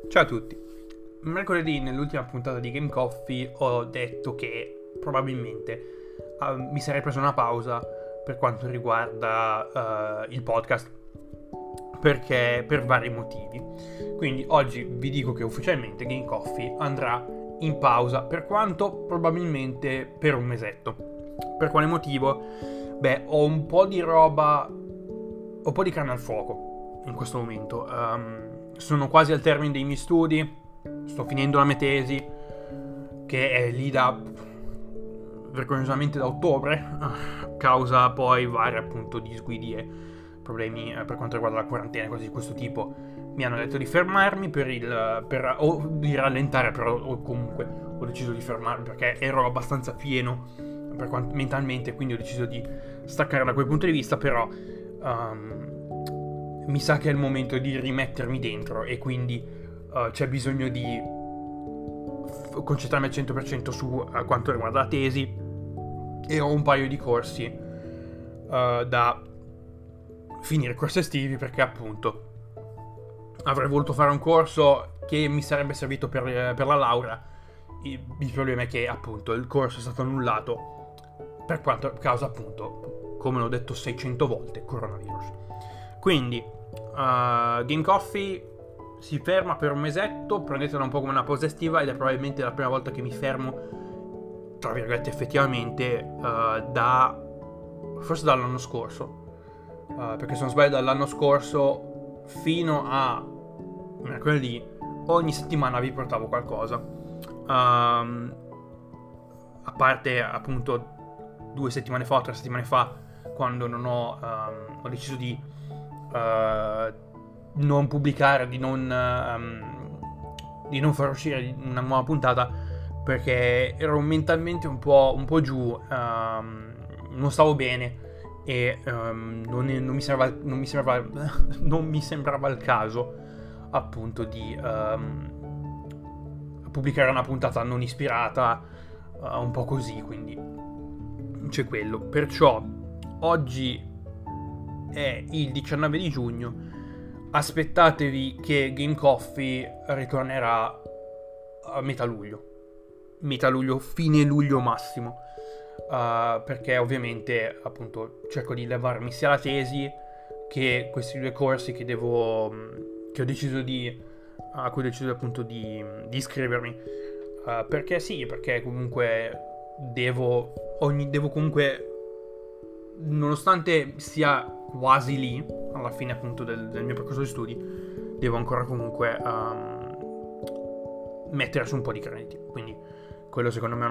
Ciao a tutti. Mercoledì nell'ultima puntata di Game Coffee ho detto che probabilmente mi sarei preso una pausa per quanto riguarda il podcast, perché per vari motivi. Quindi oggi vi dico che ufficialmente Game Coffee andrà in pausa, per quanto probabilmente per un mesetto. Per quale motivo? Beh, ho un po' di roba, ho un po' di carne al fuoco in questo momento. Sono quasi al termine dei miei studi, sto finendo la mia tesi, che è lì vergognosamente da ottobre, causa poi varie appunto disguidi e problemi per quanto riguarda la quarantena e cose di questo tipo. Mi hanno detto di fermarmi o di rallentare, però o comunque ho deciso di fermarmi perché ero abbastanza pieno mentalmente, quindi ho deciso di staccare da quel punto di vista. Però mi sa che è il momento di rimettermi dentro e quindi c'è bisogno di concentrarmi al 100% su quanto riguarda la tesi, e ho un paio di corsi da finire, corsi estivi, perché appunto avrei voluto fare un corso che mi sarebbe servito per la laurea. Il problema è che appunto il corso è stato annullato per causa appunto, come l'ho detto 600 volte, coronavirus. Quindi Game Coffee si ferma per un mesetto, prendetela un po' come una pausa estiva, ed è probabilmente la prima volta che mi fermo, tra virgolette, effettivamente, forse dall'anno scorso, perché se non sbaglio dall'anno scorso fino a mercoledì ogni settimana vi portavo qualcosa, a parte appunto 2 settimane fa o 3 settimane fa, quando non ho deciso di non pubblicare, di non far uscire una nuova puntata, perché ero mentalmente un po' giù, non stavo bene e non mi sembrava il caso appunto di pubblicare una puntata non ispirata, un po' così, quindi c'è quello. Perciò oggi è il 19 di giugno, aspettatevi che Game Coffee ritornerà a metà luglio, fine luglio massimo, perché ovviamente appunto cerco di levarmi sia la tesi che questi 2 corsi che ho deciso a cui ho deciso appunto di iscrivermi, perché comunque devo comunque, nonostante sia quasi lì alla fine appunto del mio percorso di studi, devo ancora comunque mettere su un po' di crediti. Quindi quello secondo me è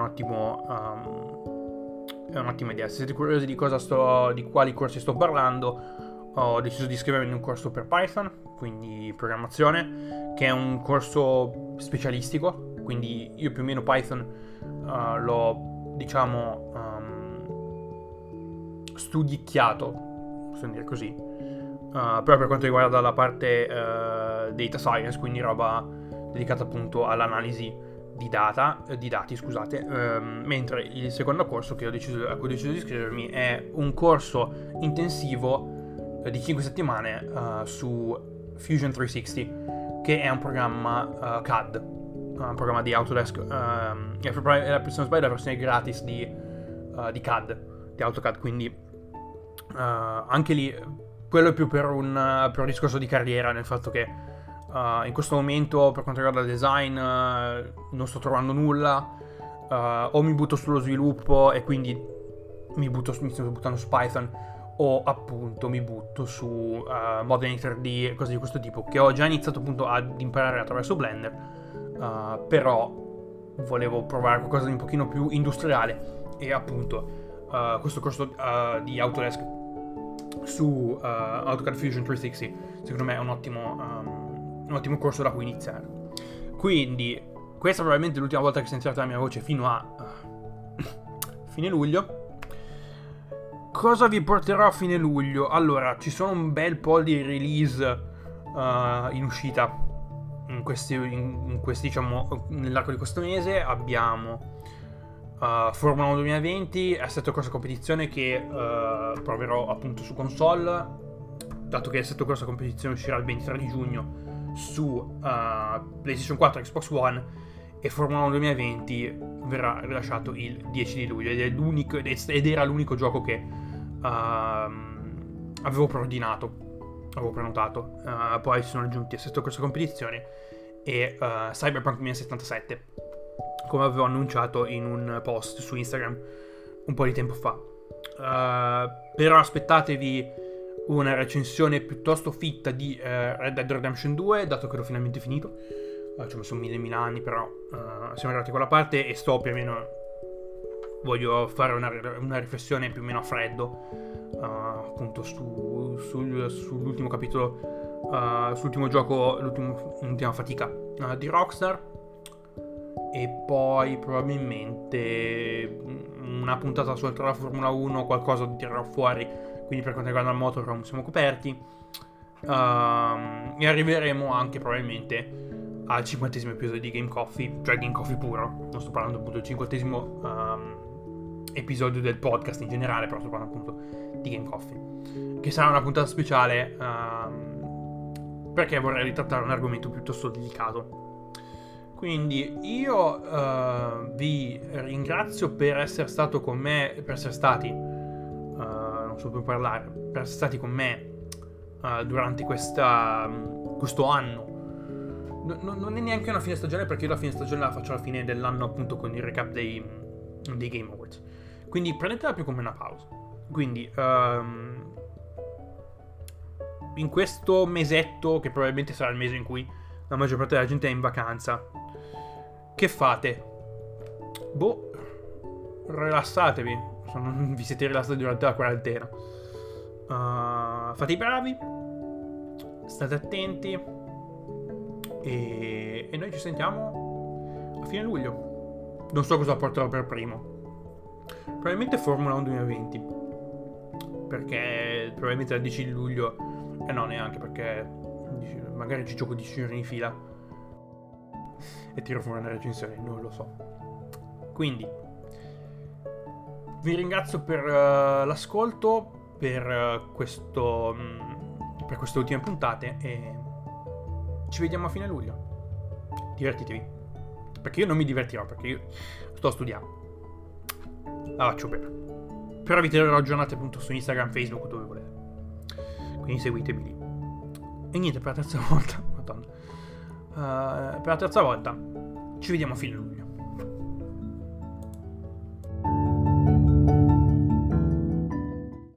un'ottima idea. Se siete curiosi di quali corsi sto parlando, ho deciso di iscrivermi in un corso per Python, quindi programmazione, che è un corso specialistico. Quindi io più o meno Python l'ho, diciamo, studicchiato, possiamo dire così, però per quanto riguarda la parte data science, quindi roba dedicata appunto all'analisi di dati, scusate, mentre il secondo corso a cui ho deciso di iscrivermi è un corso intensivo di 5 settimane su Fusion 360, che è un programma CAD, un programma di Autodesk, se non sbaglio la versione gratis di CAD, di AutoCAD. Quindi anche lì quello è più per un discorso di carriera, nel fatto che in questo momento per quanto riguarda il design non sto trovando nulla, o mi butto sullo sviluppo e quindi mi sto buttando su Python, o appunto mi butto su modeling 3D e cose di questo tipo, che ho già iniziato appunto ad imparare attraverso Blender, però volevo provare qualcosa di un pochino più industriale, e appunto questo corso di Autodesk su AutoCAD Fusion 360 secondo me è un ottimo corso da cui iniziare. Quindi questa è probabilmente l'ultima volta che sentirete la mia voce fino a fine luglio. Cosa vi porterò a fine luglio? Allora, ci sono un bel po' di release in uscita in questi diciamo nell'arco di questo mese. Abbiamo Formula 1 2020, assetto corsa competizione, che proverò appunto su console, dato che assetto corsa competizione uscirà il 23 di giugno su PlayStation 4 e Xbox One, e Formula 1 2020 verrà rilasciato il 10 di luglio ed era l'unico gioco che avevo prenotato. Poi si sono aggiunti Assetto Corsa Competizione e Cyberpunk 2077, come avevo annunciato in un post su Instagram un po' di tempo fa. Però aspettatevi una recensione piuttosto fitta di Red Dead Redemption 2, dato che l'ho finalmente finito. Ci ho messo mille anni, però siamo arrivati a quella parte e sto più o meno... Voglio fare una riflessione più o meno a freddo, appunto sull'ultimo capitolo, sull'ultimo gioco, l'ultima fatica di Rockstar. E poi probabilmente una puntata soltanto alla Formula 1, qualcosa di tirerò fuori. Quindi per quanto riguarda il motorhome siamo coperti. E arriveremo anche probabilmente al 50° episodio di Game Coffee, cioè Game Coffee puro. Non sto parlando appunto del 50° episodio del podcast in generale, però sto parlando appunto di Game Coffee, che sarà una puntata speciale perché vorrei ritrattare un argomento piuttosto delicato. Quindi io vi ringrazio per essere stato con me, per essere stati non so più parlare, per essere stati con me durante questo anno. Non è neanche una fine stagione, perché io la fine stagione la faccio alla fine dell'anno, appunto con il recap dei Game Awards. Quindi prendetela più come una pausa. Quindi in questo mesetto, che probabilmente sarà il mese in cui la maggior parte della gente è in vacanza, che fate? Rilassatevi. Se non vi siete rilassati durante la quarantena, fate i bravi, state attenti. E noi ci sentiamo a fine luglio. Non so cosa porterò per primo. Probabilmente Formula 1 2020, perché probabilmente il 10 di luglio no, neanche, perché magari ci gioco 10 giorni in fila e tiro fuori una recensione, non lo so. Quindi vi ringrazio per l'ascolto, per queste ultime puntate, e ci vediamo a fine luglio. Divertitevi, perché io non mi divertirò, perché io sto studiando. La faccio bene. Però vi terrò aggiornati appunto su Instagram, Facebook, dove volete. Quindi seguitemi lì. E niente, per la terza volta, madonna, per la terza volta ci vediamo a fine luglio.